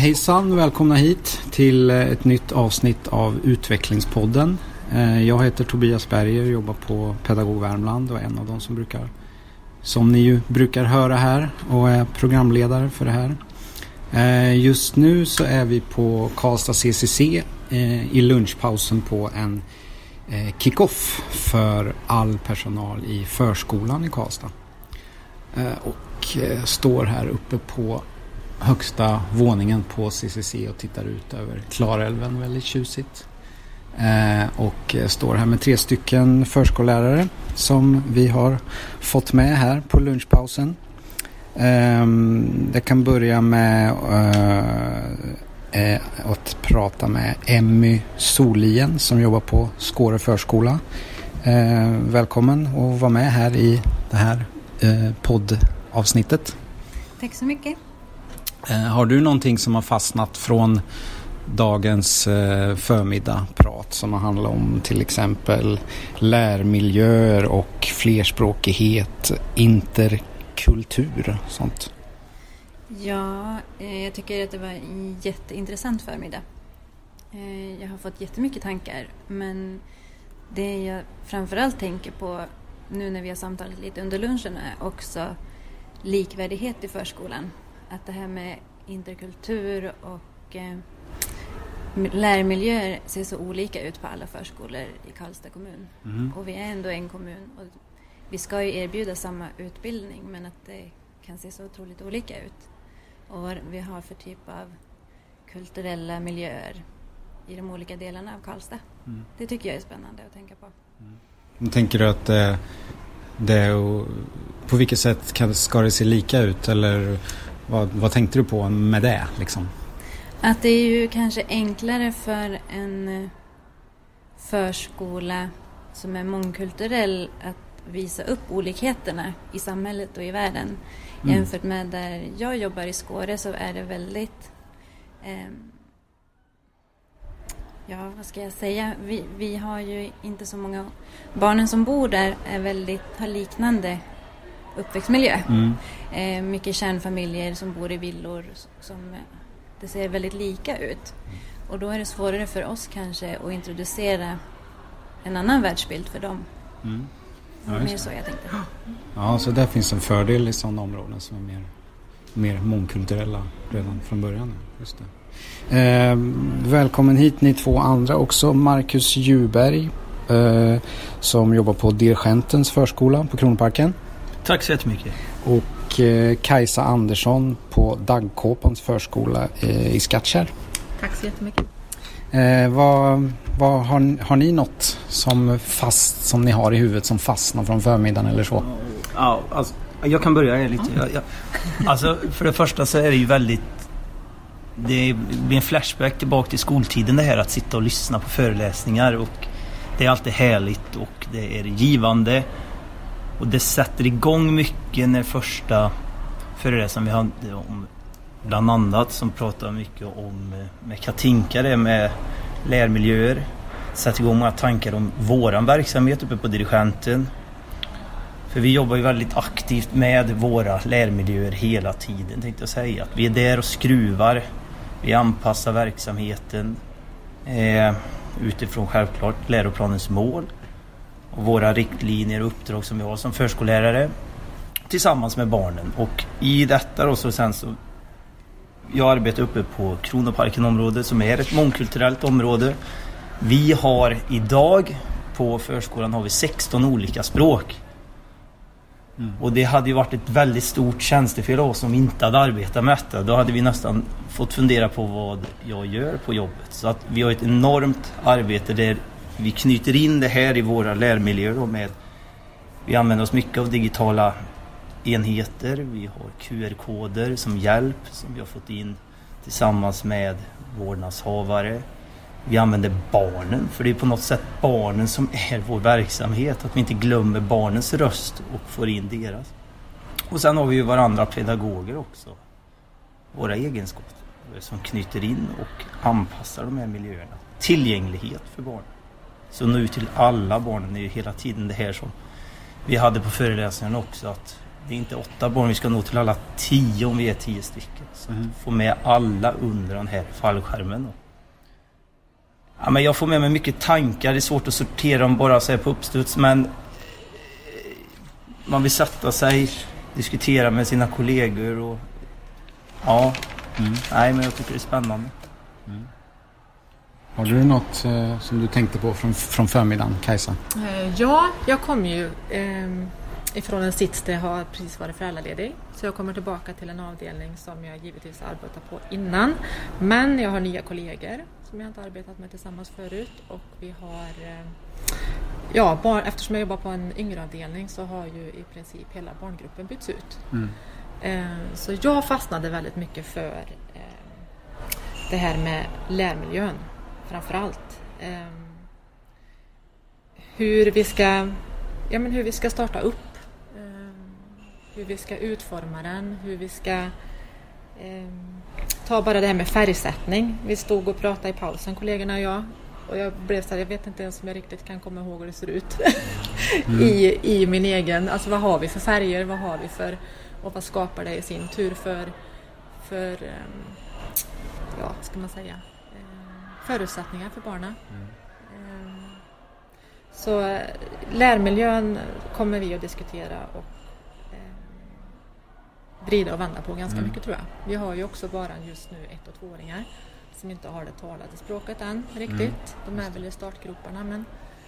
Hejsan, välkomna hit till ett nytt avsnitt av Utvecklingspodden. Jag heter Tobias Berger och jobbar på Pedagog Värmland och är en av de som ni ju brukar höra här och är programledare för det här. Just nu så är vi på Karlstad CCC i lunchpausen på en kick-off för all personal i förskolan i Karlstad. Och står här uppe på högsta våningen på CCC och tittar ut över Klarälven, väldigt tjusigt. Och står här med 3 stycken förskollärare som vi har fått med här på lunchpausen. Det kan börja med att prata med Emmy Solien som jobbar på Skåre förskola. Välkommen att vara med här i det här poddavsnittet. Tack så mycket. Har du någonting som har fastnat från dagens förmiddag prat som har handlat om till exempel lärmiljöer och flerspråkighet, interkultur och sånt? Ja, jag tycker att det var en jätteintressant förmiddag. Jag har fått jättemycket tankar, men det jag framförallt tänker på nu när vi har samtalat lite under lunchen är också likvärdighet i förskolan. Att det här med interkultur och lärmiljöer ser så olika ut på alla förskolor i Karlstad kommun. Mm. Och vi är ändå en kommun och vi ska ju erbjuda samma utbildning, men att det kan se så otroligt olika ut. Och vad vi har för typ av kulturella miljöer i de olika delarna av Karlstad. Mm. Det tycker jag är spännande att tänka på. Mm. Tänker du att på vilket sätt ska det se lika ut, eller vad tänkte du på med det liksom? Att det är ju kanske enklare för en förskola som är mångkulturell att visa upp olikheterna i samhället och i världen. Jämfört med där jag jobbar i Skåre så är det väldigt vad ska jag säga? Vi har ju inte så många. Barnen som bor där har liknande uppväxtmiljö. Mycket kärnfamiljer som bor i villor som det ser väldigt lika ut. Och då är det svårare för oss kanske att introducera en annan världsbild för dem. Ja, mer så jag tänkte. Ja, så där finns en fördel i sådana områden som är mer mångkulturella redan från början. Just det. Välkommen hit ni 2 andra också. Marcus Djurberg som jobbar på Dirgentens förskola på Kronparken. Tack så jättemycket. Och Kajsa Andersson på Daggkåpans förskola i Skattkärr. Tack så jättemycket. Har ni något som ni har i huvudet som fastnar från förmiddagen eller så? Ja, alltså, jag kan börja lite. Alltså, för det första så är det ju det blir en flashback tillbaka till skoltiden, det här att sitta och lyssna på föreläsningar, och det är alltid härligt och det är givande. Och det sätter igång mycket när första föreläsaren vi hade om bland annat som pratar mycket om med Katinka, det med lärmiljöer. Sätter igång många tankar om våran verksamhet uppe på Dirigenten. För vi jobbar ju väldigt aktivt med våra lärmiljöer hela tiden, tänkte jag säga. Att vi är där och skruvar, vi anpassar verksamheten utifrån självklart läroplanens mål. Och våra riktlinjer och uppdrag som vi har som förskollärare tillsammans med barnen. Och i detta då så jag arbetar uppe på Kronoparken-området som är ett mångkulturellt område. Vi har idag på förskolan har vi 16 olika språk. Och det hade ju varit ett väldigt stort tjänstefel av oss om vi inte hade arbetat med detta. Då hade vi nästan fått fundera på vad jag gör på jobbet. Så att vi har ett enormt arbete där vi knyter in det här i våra lärmiljöer. Vi använder oss mycket av digitala enheter. Vi har QR-koder som hjälp som vi har fått in tillsammans med vårdnadshavare. Vi använder barnen, för det är på något sätt barnen som är vår verksamhet. Att vi inte glömmer barnens röst och får in deras. Och sen har vi ju varandra pedagoger också. Våra egenskaper som knyter in och anpassar de här miljöerna. Tillgänglighet för barn. Så nu till alla barnen är ju hela tiden det här som vi hade på föreläsningen också, att det är inte 8 barn, vi ska nå till alla 10 om vi är 10 stycken. Så att få med alla under den här fallskärmen då. Ja, men jag får med mig mycket tankar, det är svårt att sortera dem bara så här på uppstuds, men man vill sätta sig, diskutera med sina kollegor och nej, men jag tycker det är spännande. Har du något som du tänkte på från förmiddagen, Kajsa? Ja, jag kom ju ifrån en sits där jag har precis varit föräldraledig. Så jag kommer tillbaka till en avdelning som jag givetvis arbetat på innan. Men jag har nya kollegor som jag inte arbetat med tillsammans förut. Och vi har, eftersom jag jobbar på en yngre avdelning så har ju i princip hela barngruppen bytts ut. Så jag fastnade väldigt mycket för det här med lärmiljön framförallt. Hur vi ska starta upp, hur vi ska utforma den, hur vi ska ta bara det här med färgsättning. Vi stod och pratade i pausen, kollegorna och jag. Och jag blev så här, jag vet inte ens om jag riktigt kan komma ihåg hur det ser ut i min egen, alltså vad har vi för färger, vad har vi för, och vad skapar det i sin tur för ska man säga, förutsättningar för barnen. Så lärmiljön kommer vi att diskutera och vrida och vända på ganska mycket, tror jag. Vi har ju också bara just nu 1- och 2-åringar som inte har det talade språket än riktigt. De är väl i startgroparna, men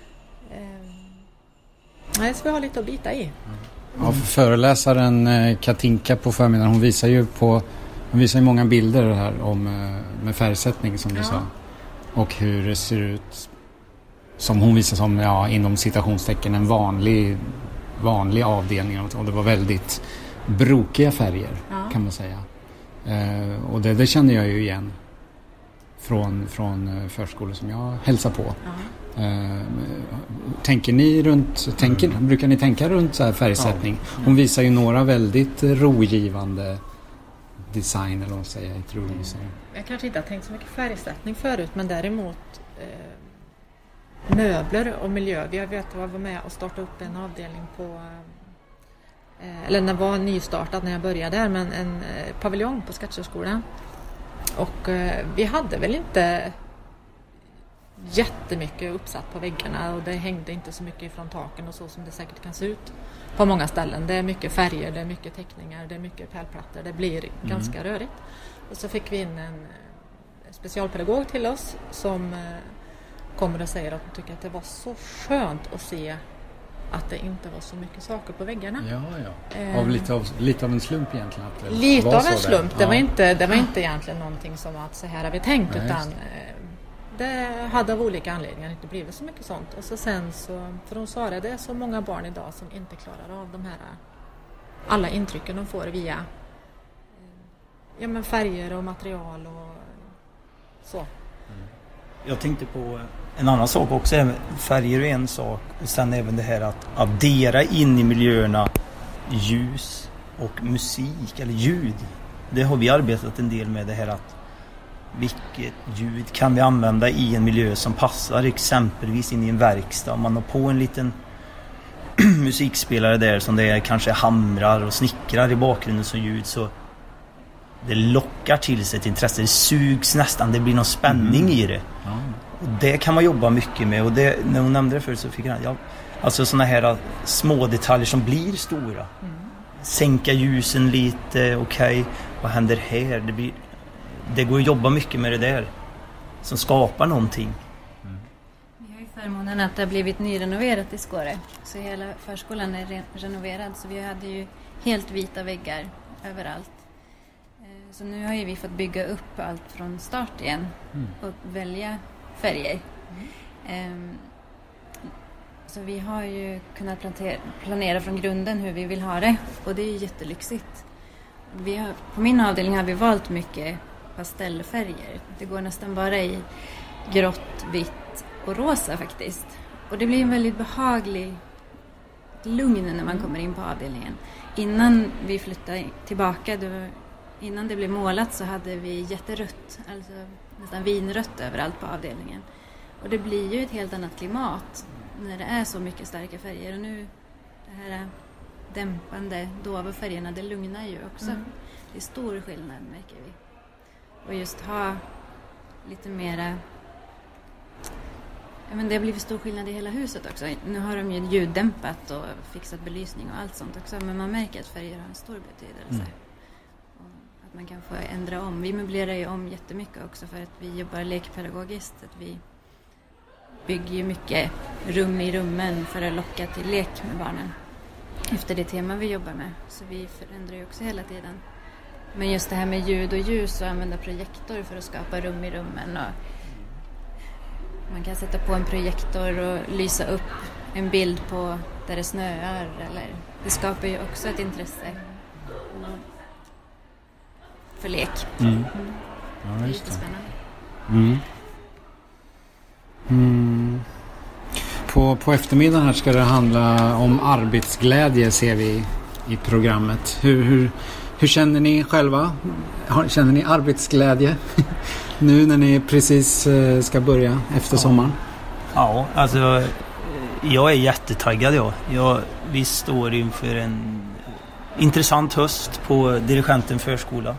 så vi har lite att bita i. Ja, föreläsaren Katinka på förmiddagen, hon visar ju många bilder här om med färgsättning som du sa. Och hur det ser ut, som hon visar som inom citationstecken en vanlig avdelning, och det var väldigt brokiga färger kan man säga. Och det känner jag ju igen från förskolor som jag hälsar på. Brukar ni tänka runt så här färgsättning? Hon visar ju några väldigt rogivande design, eller vad säger jag, tror jag kanske inte har tänkt så mycket färgsättning förut, men däremot möbler och miljö. Jag var med och startade upp en avdelning på eller när det var nystartat när jag började där, men en paviljong på Skattkärrskolan. Och vi hade väl inte jättemycket uppsatt på väggarna, och det hängde inte så mycket från taken och så som det säkert kan se ut på många ställen. Det är mycket färger, det är mycket teckningar, det är mycket pärlplattor, det blir ganska rörigt. Och så fick vi in en specialpedagog till oss som kommer och säger att hon tycker att det var så skönt att se att det inte var så mycket saker på väggarna. Lite av en slump egentligen. Att lite av en slump. Det var inte egentligen någonting som att så här har vi tänkt, utan det hade av olika anledningar inte blivit så mycket sånt. Och så sen så, för de sa det är så många barn idag som inte klarar av de här alla intrycken de får via färger och material och så. Jag tänkte på en annan sak också. Färger är en sak, och sen även det här att addera in i miljöerna ljus och musik eller ljud. Det har vi arbetat en del med, det här att vilket ljud kan vi använda i en miljö som passar, exempelvis in i en verkstad. Om man har på en liten musikspelare där som det är kanske hamrar och snickrar i bakgrunden som ljud, så det lockar till sig ett intresse, det sugs nästan, det blir någon spänning i det. Och det kan man jobba mycket med, och det, när hon nämnde det förut så fick jag alltså såna här små detaljer som blir stora. Sänka ljusen lite, okej, vad händer här? Det går att jobba mycket med det där som skapar någonting. Vi har ju förmånen att det har blivit nyrenoverat i Skåre, så hela förskolan är renoverad, så vi hade ju helt vita väggar överallt. Så nu har ju vi fått bygga upp allt från start igen och välja färger. Så vi har ju kunnat planera från grunden hur vi vill ha det, och det är ju jättelyxigt. På min avdelning har vi valt mycket pastellfärger. Det går nästan bara i grått, vitt och rosa faktiskt. Och det blir en väldigt behaglig lugn när man kommer in på avdelningen. Innan vi flyttade tillbaka, innan det blev målat, så hade vi jätterött, alltså nästan vinrött överallt på avdelningen. Och det blir ju ett helt annat klimat när det är så mycket starka färger. Och nu det här dämpande, dova färgerna, det lugnar ju också. Det är stor skillnad märker vi. Och just ha lite mera... Ja, men det har blivit stor skillnad i hela huset också. Nu har de ju ljuddämpat och fixat belysning och allt sånt också. Men man märker att färger har en stor betydelse. Och att man kan få ändra om. Vi möblerar ju om jättemycket också för att vi jobbar lekpedagogiskt. Att vi bygger ju mycket rum i rummen för att locka till lek med barnen. Efter det tema vi jobbar med. Så vi förändrar ju också hela tiden. Men just det här med ljud och ljus och använda projektor för att skapa rum i rummen. Och man kan sätta på en projektor och lysa upp en bild på där det snöar. Eller, det skapar ju också ett intresse för lek. Ja, Det är just det. jättespännande. På eftermiddagen här ska det handla om arbetsglädje, ser vi i programmet. Hur känner ni själva? Känner ni arbetsglädje nu när ni precis ska börja efter sommaren? Ja, alltså jag är jättetaggad. Vi står inför en intressant höst på Dirigenten förskola.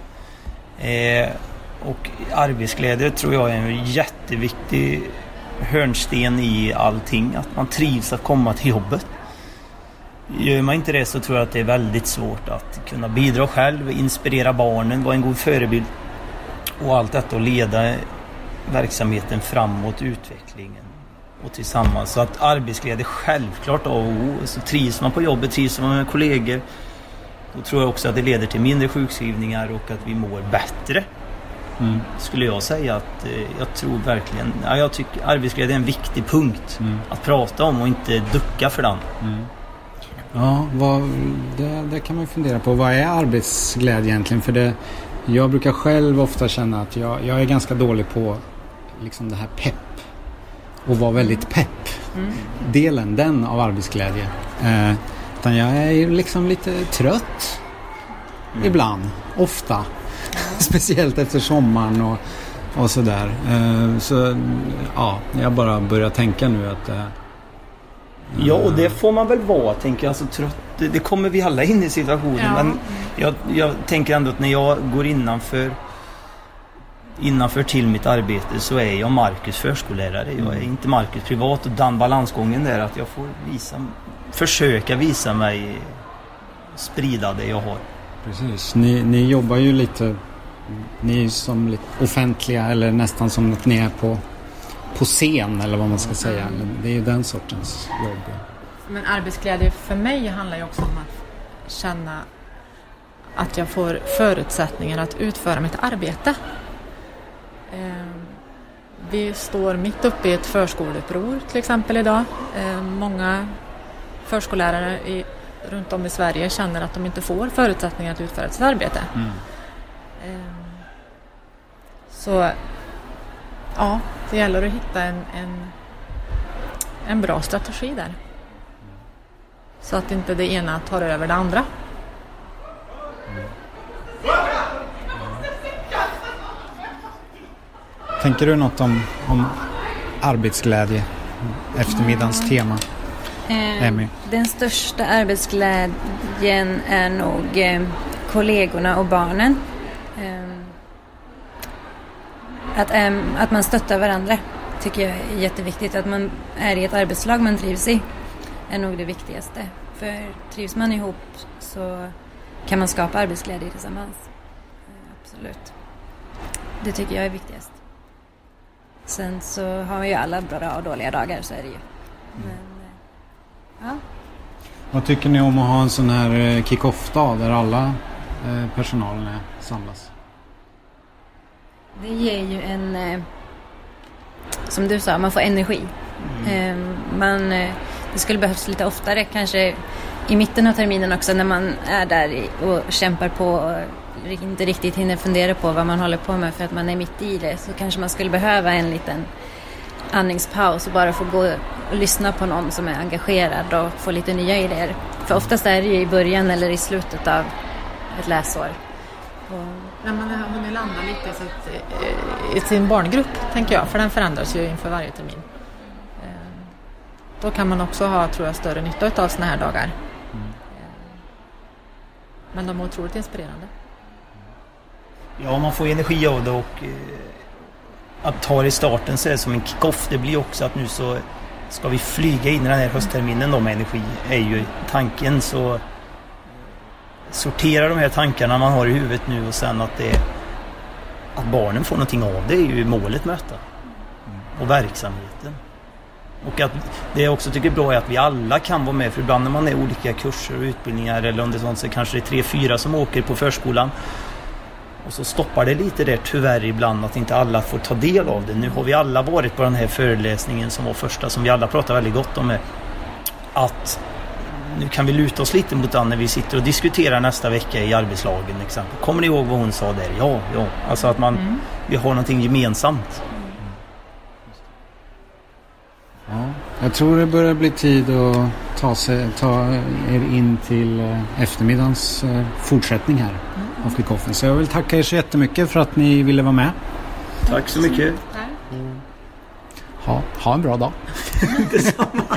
Och arbetsglädje tror jag är en jätteviktig hörnsten i allting. Att man trivs att komma till jobbet. Gör man inte det så tror jag att det är väldigt svårt att kunna bidra själv, inspirera barnen, vara en god förebild. Och allt detta och leda verksamheten framåt, utvecklingen och tillsammans. Så att arbetsglädje självklart så trivs man på jobbet, trivs man med kollegor. Då tror jag också att det leder till mindre sjukskrivningar och att vi mår bättre. Skulle jag säga att jag tror verkligen, jag tycker arbetsglädje är en viktig punkt att prata om och inte ducka för den. Ja, det kan man fundera på. Vad är arbetsglädje egentligen? För jag brukar själv ofta känna att jag är ganska dålig på liksom det här pepp. Och vara väldigt pepp. Den av arbetsglädje. Utan jag är liksom lite trött. Ibland. Ofta. Speciellt efter sommaren och sådär. Så ja, jag bara börjar tänka nu att... Ja, och det får man väl vara, tänker jag. Alltså, trött, det kommer vi alla in i situationen. Ja. Men jag tänker ändå att när jag går innanför till mitt arbete så är jag Marcus förskollärare. Jag är inte Marcus privat, och den balansgången där att jag får försöka visa mig, sprida det jag har. Precis. Ni jobbar ju lite, ni är som lite offentliga eller nästan som att ni är på scen eller vad man ska säga. Det är ju den sortens jobb. Men arbetsglädje för mig handlar ju också om att känna att jag får förutsättningar att utföra mitt arbete. Vi står mitt uppe i ett förskoleuppror till exempel idag. Många förskollärare runt om i Sverige känner att de inte får förutsättningar att utföra sitt arbete. Så ja, det gäller att hitta en bra strategi där. Så att inte det ena tar över det andra. Tänker du något om arbetsglädje? Eftermiddagens tema. Emmy. Den största arbetsglädjen är nog kollegorna och barnen. Att man stöttar varandra tycker jag är jätteviktigt. Att man är i ett arbetslag man trivs i är nog det viktigaste. För trivs man ihop så kan man skapa arbetsglädje tillsammans. Absolut. Det tycker jag är viktigast. Sen så har vi ju alla bra och dåliga dagar, så är det ju. Men, ja. Vad tycker ni om att ha en sån här kick-off-dag där alla personalen samlas? Det ger ju som du sa, man får energi. Det skulle behövas lite oftare, kanske i mitten av terminen också, när man är där och kämpar på och inte riktigt hinner fundera på vad man håller på med för att man är mitt i det. Så kanske man skulle behöva en liten andningspaus och bara få gå och lyssna på någon som är engagerad och få lite nya idéer. För oftast är det ju i början eller i slutet av ett läsår. När man har hunnit landa lite i sin barngrupp, tänker jag, för den förändras ju inför varje termin. Då kan man också ha, tror jag, större nytta av såna här dagar. Men de är otroligt inspirerande. Ja, man får energi av det och att ta det i starten så är det som en kick-off. Det blir också att nu så ska vi flyga in i den här höstterminen då med energi, är ju tanken. Så sortera de här tankarna man har i huvudet nu och sen att barnen får någonting av det är ju målet med detta. Och verksamheten. Och att det jag också tycker är bra är att vi alla kan vara med, för ibland när man är olika kurser och utbildningar eller om det är sånt så kanske det är 3-4 som åker på förskolan. Och så stoppar det lite där tyvärr ibland att inte alla får ta del av det. Nu har vi alla varit på den här föreläsningen som var första, som vi alla pratar väldigt gott om, att nu kan vi luta oss lite mot den när vi sitter och diskuterar nästa vecka i arbetslagen exempel. Kommer ni ihåg vad hon sa där? Ja. Alltså att vi har någonting gemensamt. Ja, jag tror det börjar bli tid att ta er in till eftermiddagens fortsättning här av Kickoffen. Så jag vill tacka er så jättemycket för att ni ville vara med. Tack så mycket. Ha en bra dag. Detsamma.